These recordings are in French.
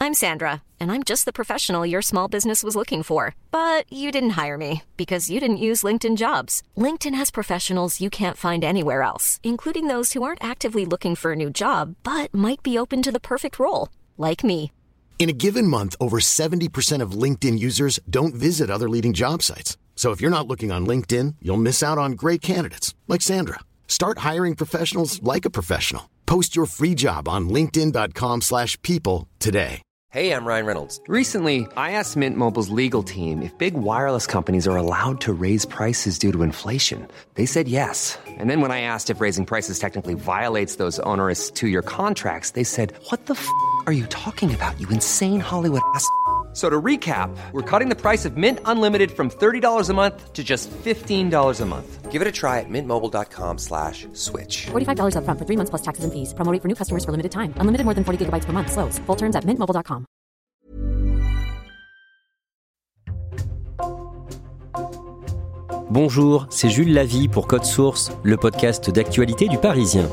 I'm Sandra, and I'm just the professional your small business was looking for. But you didn't hire me because you didn't use LinkedIn Jobs. LinkedIn has professionals you can't find anywhere else, including those who aren't actively looking for a new job, but might be open to the perfect role, like me. In a given month, over 70% of LinkedIn users don't visit other leading job sites. So if you're not looking on LinkedIn, you'll miss out on great candidates like Sandra. Start hiring professionals like a professional. Post your free job on linkedin.com/people today. Hey, I'm Ryan Reynolds. Recently, I asked Mint Mobile's legal team if big wireless companies are allowed to raise prices due to inflation. They said yes. And then when I asked if raising prices technically violates those onerous two-year contracts, they said, "What the f*** are you talking about, you insane Hollywood ass?" So to recap, we're cutting the price of Mint Unlimited from $30 a month to just $15 a month. Give it a try at mintmobile.com/switch. $45 up front for 3 months plus taxes and fees. Promo rate for new customers for limited time. Unlimited more than 40 gigabytes per month. Slows full terms at mintmobile.com. Bonjour, c'est Jules Lavie pour Code Source, le podcast d'actualité du Parisien.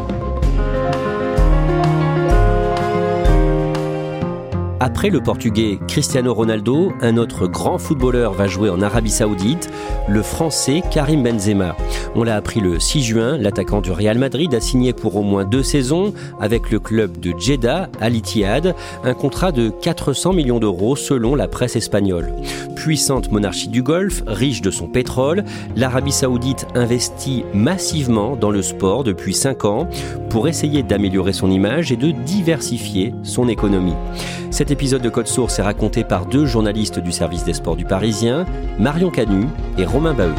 Après le Portugais Cristiano Ronaldo, un autre grand footballeur va jouer en Arabie Saoudite, le Français Karim Benzema. On l'a appris le 6 juin, l'attaquant du Real Madrid a signé pour au moins 2 saisons avec le club de Jeddah, Al Ittihad, un contrat de 400 millions d'euros selon la presse espagnole. Puissante monarchie du Golfe, riche de son pétrole, l'Arabie Saoudite investit massivement dans le sport depuis 5 ans pour essayer d'améliorer son image et de diversifier son économie. Cet épisode de Code Source est raconté par 2 journalistes du service des sports du Parisien, Marion Canu et Romain Baheux.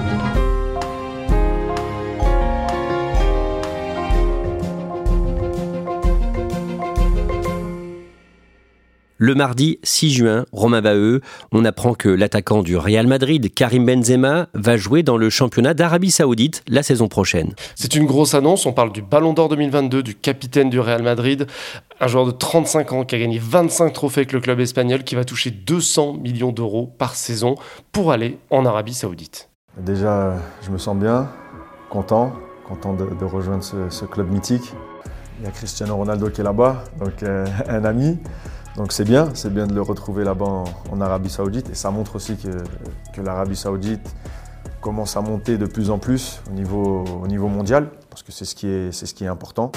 Le mardi 6 juin, Romain Baheux, on apprend que l'attaquant du Real Madrid, Karim Benzema, va jouer dans le championnat d'Arabie Saoudite la saison prochaine. C'est une grosse annonce, on parle du Ballon d'Or 2022, du capitaine du Real Madrid, un joueur de 35 ans qui a gagné 25 trophées avec le club espagnol, qui va toucher 200 millions d'euros par saison pour aller en Arabie Saoudite. Déjà, je me sens bien, content de rejoindre ce club mythique. Il y a Cristiano Ronaldo qui est là-bas, donc un ami. Donc c'est bien de le retrouver là-bas en Arabie Saoudite, et ça montre aussi que l'Arabie Saoudite commence à monter de plus en plus au niveau mondial, parce que c'est ce qui est important.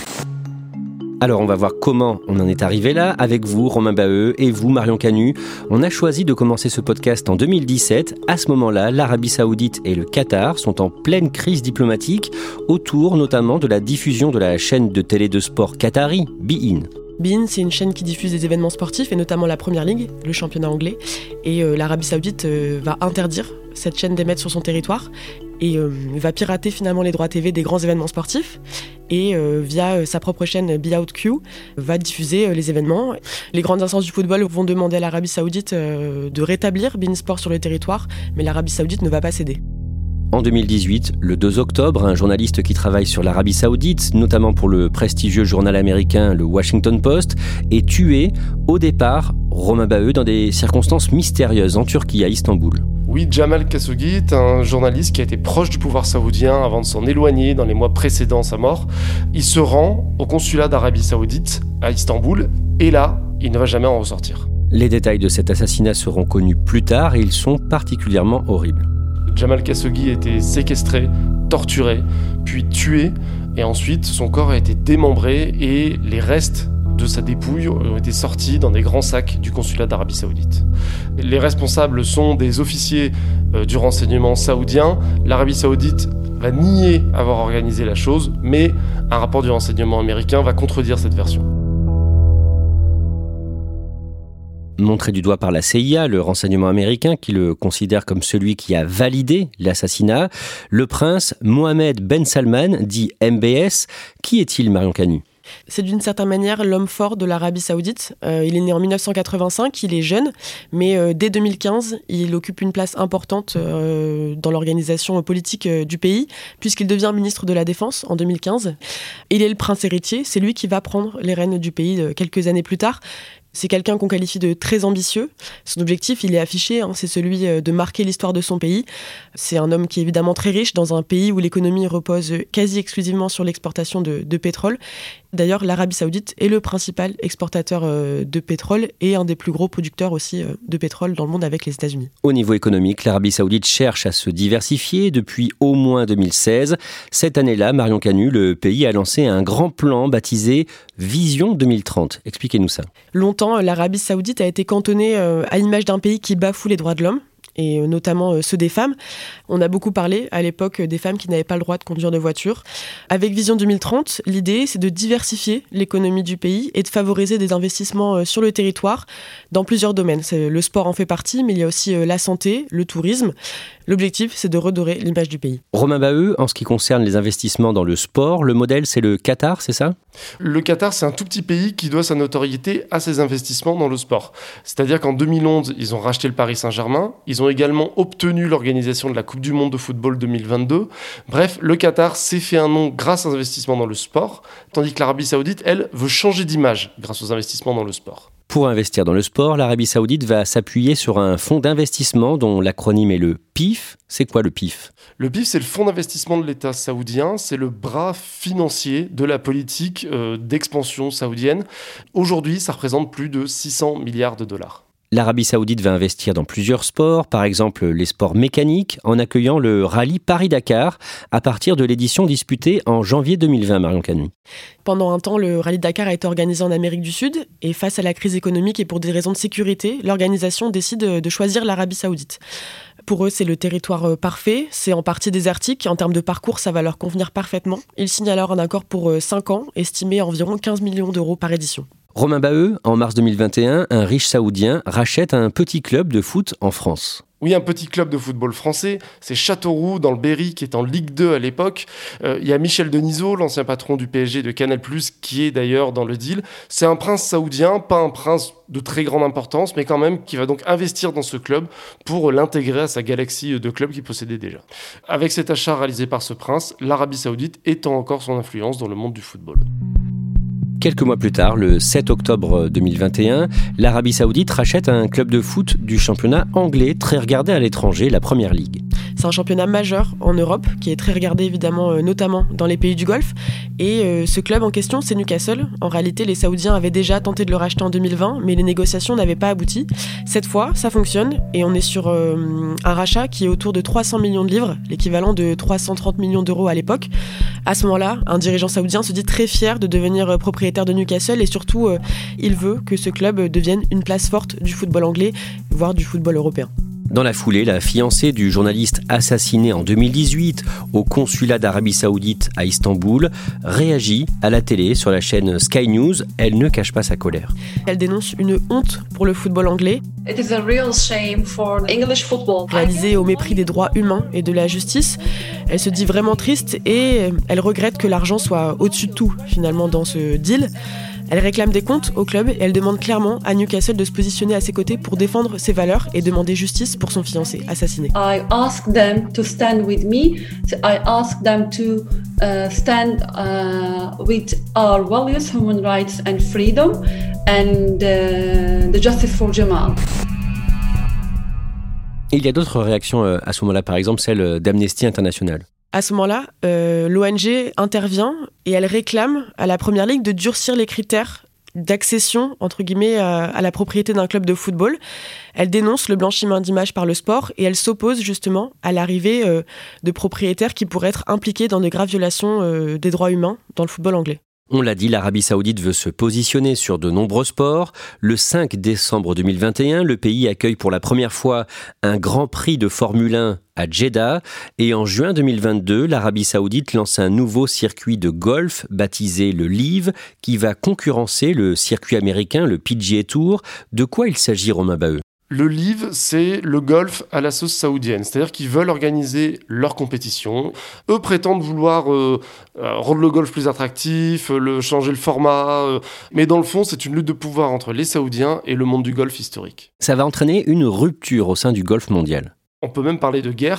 Alors on va voir comment on en est arrivé là, avec vous Romain Baheux et vous Marion Canu. On a choisi de commencer ce podcast en 2017. À ce moment-là, l'Arabie Saoudite et le Qatar sont en pleine crise diplomatique, autour notamment de la diffusion de la chaîne de télé de sport qatari, beIN. beIN, c'est une chaîne qui diffuse des événements sportifs et notamment la Première Ligue, le championnat anglais. Et l'Arabie Saoudite va interdire cette chaîne d'émettre sur son territoire et va pirater finalement les droits TV des grands événements sportifs. Et via sa propre chaîne BeOutQ, va diffuser les événements. Les grandes instances du football vont demander à l'Arabie Saoudite de rétablir beIN Sport sur le territoire, mais l'Arabie Saoudite ne va pas céder. En 2018, le 2 octobre, un journaliste qui travaille sur l'Arabie Saoudite, notamment pour le prestigieux journal américain le Washington Post, est tué, au départ, Romain Baheux, dans des circonstances mystérieuses en Turquie, à Istanbul. Oui, Jamal Khashoggi est un journaliste qui a été proche du pouvoir saoudien avant de s'en éloigner dans les mois précédant sa mort. Il se rend au consulat d'Arabie Saoudite à Istanbul, et là, il ne va jamais en ressortir. Les détails de cet assassinat seront connus plus tard et ils sont particulièrement horribles. Jamal Khashoggi a été séquestré, torturé, puis tué, et ensuite son corps a été démembré et les restes de sa dépouille ont été sortis dans des grands sacs du consulat d'Arabie Saoudite. Les responsables sont des officiers du renseignement saoudien. L'Arabie Saoudite va nier avoir organisé la chose, mais un rapport du renseignement américain va contredire cette version. Montré du doigt par la CIA, le renseignement américain, qui le considère comme celui qui a validé l'assassinat, le prince Mohammed Ben Salman, dit MBS, qui est-il, Marion Canu ? C'est d'une certaine manière l'homme fort de l'Arabie Saoudite. Il est né en 1985, il est jeune, mais dès 2015, il occupe une place importante dans l'organisation politique du pays, puisqu'il devient ministre de la Défense en 2015. Il est le prince héritier, c'est lui qui va prendre les rênes du pays quelques années plus tard. C'est quelqu'un qu'on qualifie de très ambitieux. Son objectif, il est affiché, c'est celui de marquer l'histoire de son pays. C'est un homme qui est évidemment très riche dans un pays où l'économie repose quasi exclusivement sur l'exportation de pétrole. D'ailleurs, l'Arabie Saoudite est le principal exportateur de pétrole et un des plus gros producteurs aussi de pétrole dans le monde avec les États-Unis. Au niveau économique, l'Arabie Saoudite cherche à se diversifier depuis au moins 2016. Cette année-là, Marion Canu, le pays a lancé un grand plan baptisé Vision 2030. Expliquez-nous ça. Longtemps, l'Arabie Saoudite a été cantonnée à l'image d'un pays qui bafoue les droits de l'homme, et notamment ceux des femmes. On a beaucoup parlé à l'époque des femmes qui n'avaient pas le droit de conduire de voiture. Avec Vision 2030, l'idée, c'est de diversifier l'économie du pays et de favoriser des investissements sur le territoire dans plusieurs domaines. Le sport en fait partie, mais il y a aussi la santé, le tourisme. L'objectif, c'est de redorer l'image du pays. Romain Baheux, en ce qui concerne les investissements dans le sport, le modèle, c'est le Qatar, c'est ça ? Le Qatar, c'est un tout petit pays qui doit sa notoriété à ses investissements dans le sport. C'est-à-dire qu'en 2011, ils ont racheté le Paris Saint-Germain. Ils ont également obtenu l'organisation de la Coupe du Monde de football 2022. Bref, le Qatar s'est fait un nom grâce aux investissements dans le sport, tandis que l'Arabie Saoudite, elle, veut changer d'image grâce aux investissements dans le sport. Pour investir dans le sport, l'Arabie Saoudite va s'appuyer sur un fonds d'investissement dont l'acronyme est le PIF. C'est quoi le PIF ? Le PIF, c'est le fonds d'investissement de l'État saoudien. C'est le bras financier de la politique d'expansion saoudienne. Aujourd'hui, ça représente plus de 600 milliards de dollars. L'Arabie Saoudite va investir dans plusieurs sports, par exemple les sports mécaniques, en accueillant le rallye Paris-Dakar à partir de l'édition disputée en janvier 2020, Marion Canu. Pendant un temps, le rallye Dakar a été organisé en Amérique du Sud et face à la crise économique et pour des raisons de sécurité, l'organisation décide de choisir l'Arabie Saoudite. Pour eux, c'est le territoire parfait, c'est en partie désertique. En termes de parcours, ça va leur convenir parfaitement. Ils signent alors un accord pour 5 ans, estimé à environ 15 millions d'euros par édition. Romain Baheux, en mars 2021, un riche saoudien rachète un petit club de foot en France. Oui, un petit club de football français, c'est Châteauroux dans le Berry qui est en Ligue 2 à l'époque. Il y a Michel Denisot, l'ancien patron du PSG de Canal+, qui est d'ailleurs dans le deal. C'est un prince saoudien, pas un prince de très grande importance, mais quand même qui va donc investir dans ce club pour l'intégrer à sa galaxie de clubs qu'il possédait déjà. Avec cet achat réalisé par ce prince, l'Arabie Saoudite étend encore son influence dans le monde du football. Quelques mois plus tard, le 7 octobre 2021, l'Arabie Saoudite rachète un club de foot du championnat anglais très regardé à l'étranger, la Premier League. C'est un championnat majeur en Europe qui est très regardé évidemment, notamment dans les pays du Golfe. Et ce club en question, c'est Newcastle. En réalité, les Saoudiens avaient déjà tenté de le racheter en 2020, mais les négociations n'avaient pas abouti. Cette fois, ça fonctionne et on est sur un rachat qui est autour de 300 millions de livres, l'équivalent de 330 millions d'euros à l'époque. À ce moment-là, un dirigeant saoudien se dit très fier de devenir propriétaire de Newcastle et surtout, il veut que ce club devienne une place forte du football anglais, voire du football européen. Dans la foulée, la fiancée du journaliste assassiné en 2018 au consulat d'Arabie Saoudite à Istanbul réagit à la télé sur la chaîne Sky News. Elle ne cache pas sa colère. Elle dénonce une honte pour le football anglais, It is a real shame for English football. réalisée au mépris des droits humains et de la justice. Elle se dit vraiment triste et elle regrette que l'argent soit au-dessus de tout finalement dans ce deal. Elle réclame des comptes au club et elle demande clairement à Newcastle de se positionner à ses côtés pour défendre ses valeurs et demander justice pour son fiancé assassiné. I ask them to stand with me. I ask them to stand with our values, human rights and freedom, and the justice for Jamal. Et il y a d'autres réactions à ce moment-là, par exemple celle d'Amnesty International. À ce moment-là, l'ONG intervient et elle réclame à la Première Ligue de durcir les critères d'accession, entre guillemets, à la propriété d'un club de football. Elle dénonce le blanchiment d'images par le sport et elle s'oppose justement à l'arrivée de propriétaires qui pourraient être impliqués dans de graves violations des droits humains dans le football anglais. On l'a dit, l'Arabie Saoudite veut se positionner sur de nombreux sports. Le 5 décembre 2021, le pays accueille pour la première fois un Grand Prix de Formule 1 à Jeddah. Et en juin 2022, l'Arabie Saoudite lance un nouveau circuit de golf baptisé le LIV qui va concurrencer le circuit américain, le PGA Tour. De quoi il s'agit, Romain Baheux ? Le LIV, c'est le golf à la sauce saoudienne, c'est-à-dire qu'ils veulent organiser leur compétition. Eux prétendent vouloir rendre le golf plus attractif, changer le format, mais dans le fond, c'est une lutte de pouvoir entre les Saoudiens et le monde du golf historique. Ça va entraîner une rupture au sein du golf mondial. On peut même parler de guerre,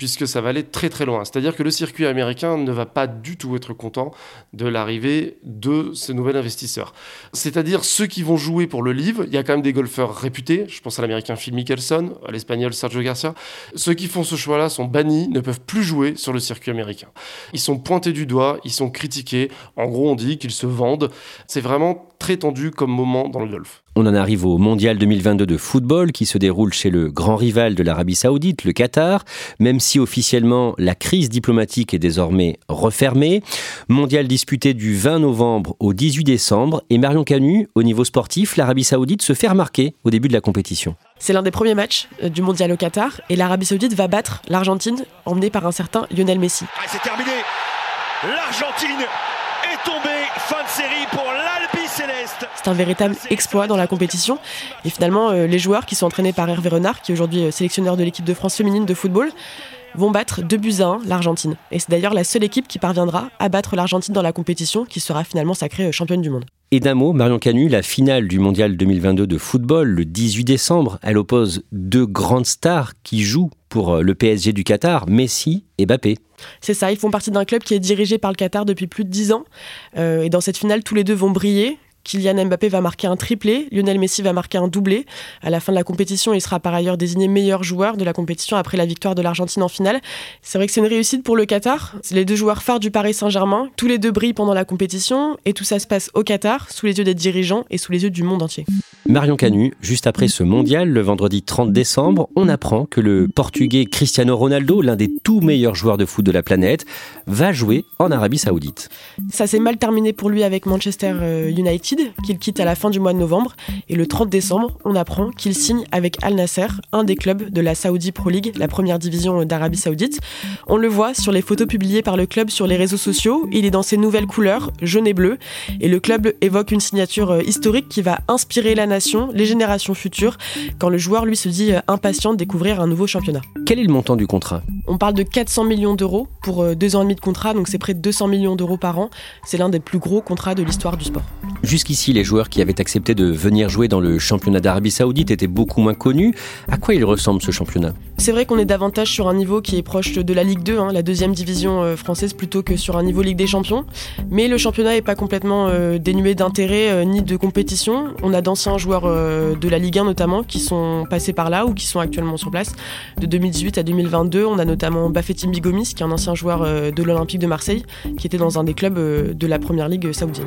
puisque ça va aller très très loin. C'est-à-dire que le circuit américain ne va pas du tout être content de l'arrivée de ce nouvel investisseur. C'est-à-dire ceux qui vont jouer pour le LIV, il y a quand même des golfeurs réputés, je pense à l'américain Phil Mickelson, à l'espagnol Sergio Garcia. Ceux qui font ce choix-là sont bannis, ne peuvent plus jouer sur le circuit américain. Ils sont pointés du doigt, ils sont critiqués. En gros, on dit qu'ils se vendent. C'est vraiment très tendu comme moment dans le golf. On en arrive au Mondial 2022 de football qui se déroule chez le grand rival de l'Arabie Saoudite, le Qatar, même si officiellement la crise diplomatique est désormais refermée. Mondial disputé du 20 novembre au 18 décembre et Marion Canu, au niveau sportif, l'Arabie Saoudite se fait remarquer au début de la compétition. C'est l'un des premiers matchs du Mondial au Qatar et l'Arabie Saoudite va battre l'Argentine, emmenée par un certain Lionel Messi. C'est terminé. L'Argentine est tombée. Fin de série pour l'Albi Céleste. C'est un véritable exploit dans la compétition. Et finalement, les joueurs qui sont entraînés par Hervé Renard, qui est aujourd'hui sélectionneur de l'équipe de France féminine de football, vont battre 2-1 l'Argentine. Et c'est d'ailleurs la seule équipe qui parviendra à battre l'Argentine dans la compétition, qui sera finalement sacrée championne du monde. Et d'un mot, Marion Canu, la finale du Mondial 2022 de football, le 18 décembre, elle oppose deux grandes stars qui jouent pour le PSG du Qatar, Messi et Mbappé. C'est ça, ils font partie d'un club qui est dirigé par le Qatar depuis plus de 10 ans. Et dans cette finale, tous les deux vont briller. Kylian Mbappé va marquer un triplé, Lionel Messi va marquer un doublé. À la fin de la compétition, il sera par ailleurs désigné meilleur joueur de la compétition après la victoire de l'Argentine en finale. C'est vrai que c'est une réussite pour le Qatar. C'est les deux joueurs phares du Paris Saint-Germain. Tous les deux brillent pendant la compétition et tout ça se passe au Qatar, sous les yeux des dirigeants et sous les yeux du monde entier. Marion Canu, juste après ce mondial, le vendredi 30 décembre, on apprend que le Portugais Cristiano Ronaldo, l'un des tout meilleurs joueurs de foot de la planète, va jouer en Arabie Saoudite. Ça s'est mal terminé pour lui avec Manchester United, qu'il quitte à la fin du mois de novembre. Et le 30 décembre, on apprend qu'il signe avec Al Nasser, un des clubs de la Saudi Pro League, la première division d'Arabie Saoudite. On le voit sur les photos publiées par le club sur les réseaux sociaux. Il est dans ses nouvelles couleurs, jaune et bleu. Et le club évoque une signature historique qui va inspirer la nation, les générations futures, quand le joueur, lui, se dit impatient de découvrir un nouveau championnat. Quel est le montant du contrat ? On parle de 400 millions d'euros pour 2 ans et demi de contrat, donc c'est près de 200 millions d'euros par an. C'est l'un des plus gros contrats de l'histoire du sport. Jusqu'ici, les joueurs qui avaient accepté de venir jouer dans le championnat d'Arabie Saoudite étaient beaucoup moins connus. À quoi il ressemble ce championnat ? C'est vrai qu'on est davantage sur un niveau qui est proche de la Ligue 2, la deuxième division française, plutôt que sur un niveau Ligue des Champions. Mais le championnat n'est pas complètement dénué d'intérêt ni de compétition. On a d'anciens joueurs de la Ligue 1 notamment qui sont passés par là ou qui sont actuellement sur place. De 2018 à 2022, on a notamment Bafétim Bigomis, qui est un ancien joueur de l'Olympique de Marseille, qui était dans un des clubs de la première ligue saoudienne.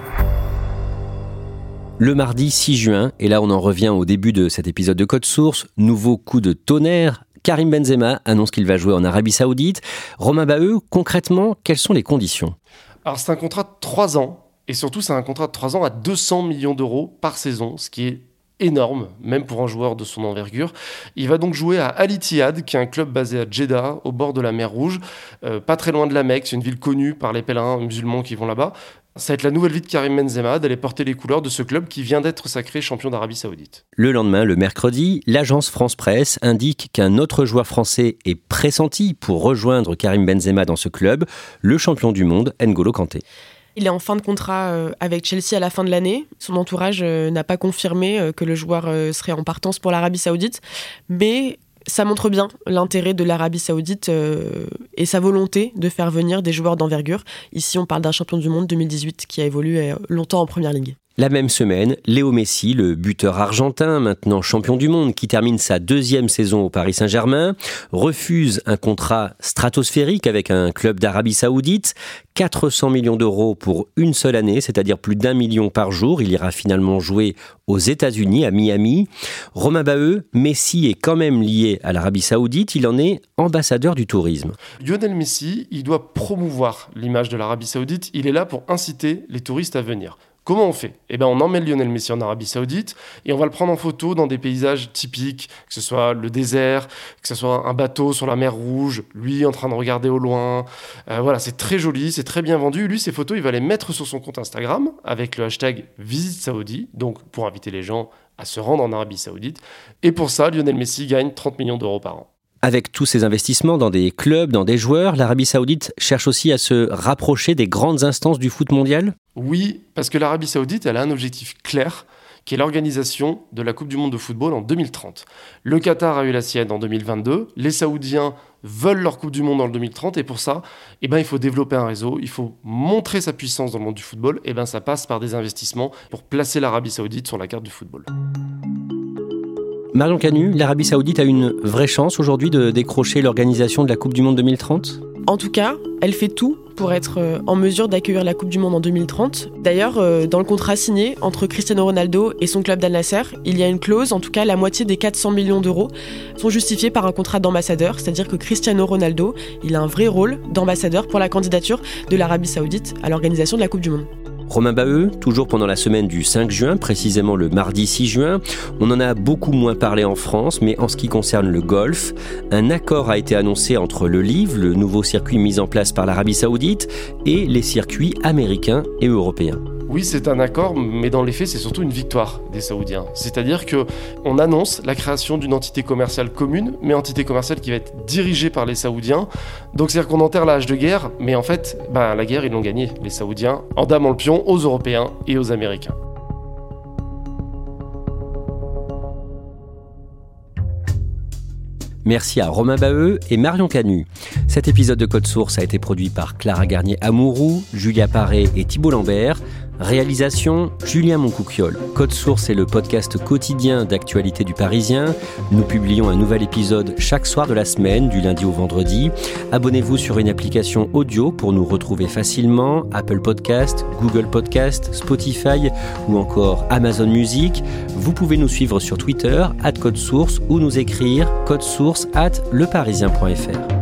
Le mardi 6 juin, et là on en revient au début de cet épisode de Code Source, nouveau coup de tonnerre, Karim Benzema annonce qu'il va jouer en Arabie Saoudite. Romain Baheux, concrètement, quelles sont les conditions ? Alors c'est un contrat de 3 ans, et surtout c'est un contrat de 3 ans à 200 millions d'euros par saison, ce qui est énorme, même pour un joueur de son envergure. Il va donc jouer à Al Ittihad, qui est un club basé à Jeddah, au bord de la mer Rouge, pas très loin de la Mecque. C'est une ville connue par les pèlerins musulmans qui vont là-bas. Ça va être la nouvelle vie de Karim Benzema, d'aller porter les couleurs de ce club qui vient d'être sacré champion d'Arabie Saoudite. Le lendemain, le mercredi, l'agence France Presse indique qu'un autre joueur français est pressenti pour rejoindre Karim Benzema dans ce club, le champion du monde, N'Golo Kanté. Il est en fin de contrat avec Chelsea à la fin de l'année. Son entourage n'a pas confirmé que le joueur serait en partance pour l'Arabie Saoudite, mais ça montre bien l'intérêt de l'Arabie Saoudite et sa volonté de faire venir des joueurs d'envergure. Ici, on parle d'un champion du monde 2018 qui a évolué longtemps en première ligue. La même semaine, Léo Messi, le buteur argentin, maintenant champion du monde, qui termine sa 2e saison au Paris Saint-Germain, refuse un contrat stratosphérique avec un club d'Arabie Saoudite, 400 millions d'euros pour une seule année, c'est-à-dire plus d'1 million par jour. Il ira finalement jouer aux États-Unis, à Miami. Romain Baheux, Messi est quand même lié à l'Arabie Saoudite, il en est ambassadeur du tourisme. Lionel Messi, il doit promouvoir l'image de l'Arabie Saoudite, il est là pour inciter les touristes à venir. Comment on fait ? On emmène Lionel Messi en Arabie Saoudite et on va le prendre en photo dans des paysages typiques, que ce soit le désert, que ce soit un bateau sur la mer Rouge, lui en train de regarder au loin. C'est très joli, c'est très bien vendu. Lui, ces photos, il va les mettre sur son compte Instagram avec le hashtag Visite Saoudi, donc pour inviter les gens à se rendre en Arabie Saoudite. Et pour ça, Lionel Messi gagne 30 millions d'euros par an. Avec tous ces investissements dans des clubs, dans des joueurs, l'Arabie Saoudite cherche aussi à se rapprocher des grandes instances du foot mondial ? Oui, parce que l'Arabie Saoudite, elle a un objectif clair qui est l'organisation de la Coupe du Monde de football en 2030. Le Qatar a eu la sienne en 2022, les Saoudiens veulent leur Coupe du Monde en 2030 et pour ça, il faut développer un réseau, il faut montrer sa puissance dans le monde du football, ça passe par des investissements pour placer l'Arabie Saoudite sur la carte du football. Marion Canu, l'Arabie Saoudite a une vraie chance aujourd'hui de décrocher l'organisation de la Coupe du Monde 2030 ? En tout cas, elle fait tout pour être en mesure d'accueillir la Coupe du Monde en 2030. D'ailleurs, dans le contrat signé entre Cristiano Ronaldo et son club d'Al Nasser, il y a une clause, en tout cas la moitié des 400 millions d'euros sont justifiés par un contrat d'ambassadeur, c'est-à-dire que Cristiano Ronaldo, il a un vrai rôle d'ambassadeur pour la candidature de l'Arabie Saoudite à l'organisation de la Coupe du Monde. Romain Baheux, toujours pendant la semaine du 5 juin, précisément le mardi 6 juin, on en a beaucoup moins parlé en France, mais en ce qui concerne le golf, un accord a été annoncé entre le LIV, le nouveau circuit mis en place par l'Arabie Saoudite, et les circuits américains et européens. Oui, c'est un accord, mais dans les faits, c'est surtout une victoire des Saoudiens. C'est-à-dire qu'on annonce la création d'une entité commerciale commune, mais entité commerciale qui va être dirigée par les Saoudiens. Donc c'est-à-dire qu'on enterre la hache de guerre, mais en fait, la guerre, ils l'ont gagnée, les Saoudiens, en damant le pion aux Européens et aux Américains. Merci à Romain Baheux et Marion Canu. Cet épisode de Code Source a été produit par Clara Garnier-Amouroux, Julia Paré et Thibault Lambert. Réalisation, Julien Moncouquiol. Code Source est le podcast quotidien d'actualité du Parisien. Nous publions un nouvel épisode chaque soir de la semaine, du lundi au vendredi. Abonnez-vous sur une application audio pour nous retrouver facilement. Apple Podcast, Google Podcast, Spotify ou encore Amazon Music. Vous pouvez nous suivre sur Twitter, @codesource ou nous écrire codesource@leparisien.fr.